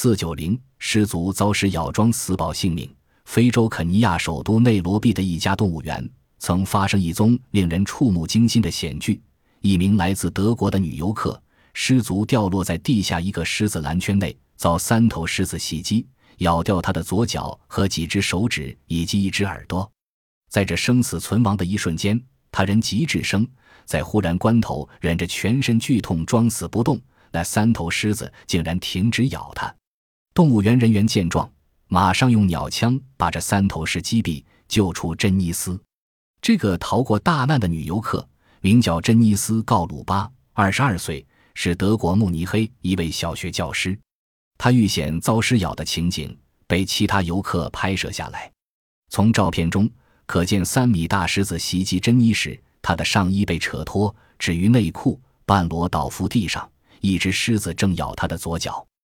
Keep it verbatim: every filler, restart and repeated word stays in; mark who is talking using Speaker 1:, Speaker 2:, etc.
Speaker 1: 四九零狮族遭狮咬装死保性命。非洲肯尼亚首都内罗毕的一家动物园曾发生一宗令人触目惊心的险剧，一名来自德国的女游客失足掉落在地下一个狮子篮圈内，遭三头狮子袭击，咬掉她的左脚和几只手指以及一只耳朵。在这生死存亡的一瞬间，他人极致生，在忽然关头忍着全身剧痛装死不动，那三头狮子竟然停止咬他。动物园人员见状，马上用鸟枪把这三头狮击毙，救出珍妮斯。这个逃过大难的女游客名叫珍妮斯·告鲁巴，二十二岁，是德国慕尼黑一位小学教师。她遇险遭狮咬的情景被其他游客拍摄下来。从照片中可见三米大狮子袭击珍妮时，她的上衣被扯脱，置于内裤，半裸倒伏地上，一只狮子正咬她的左脚。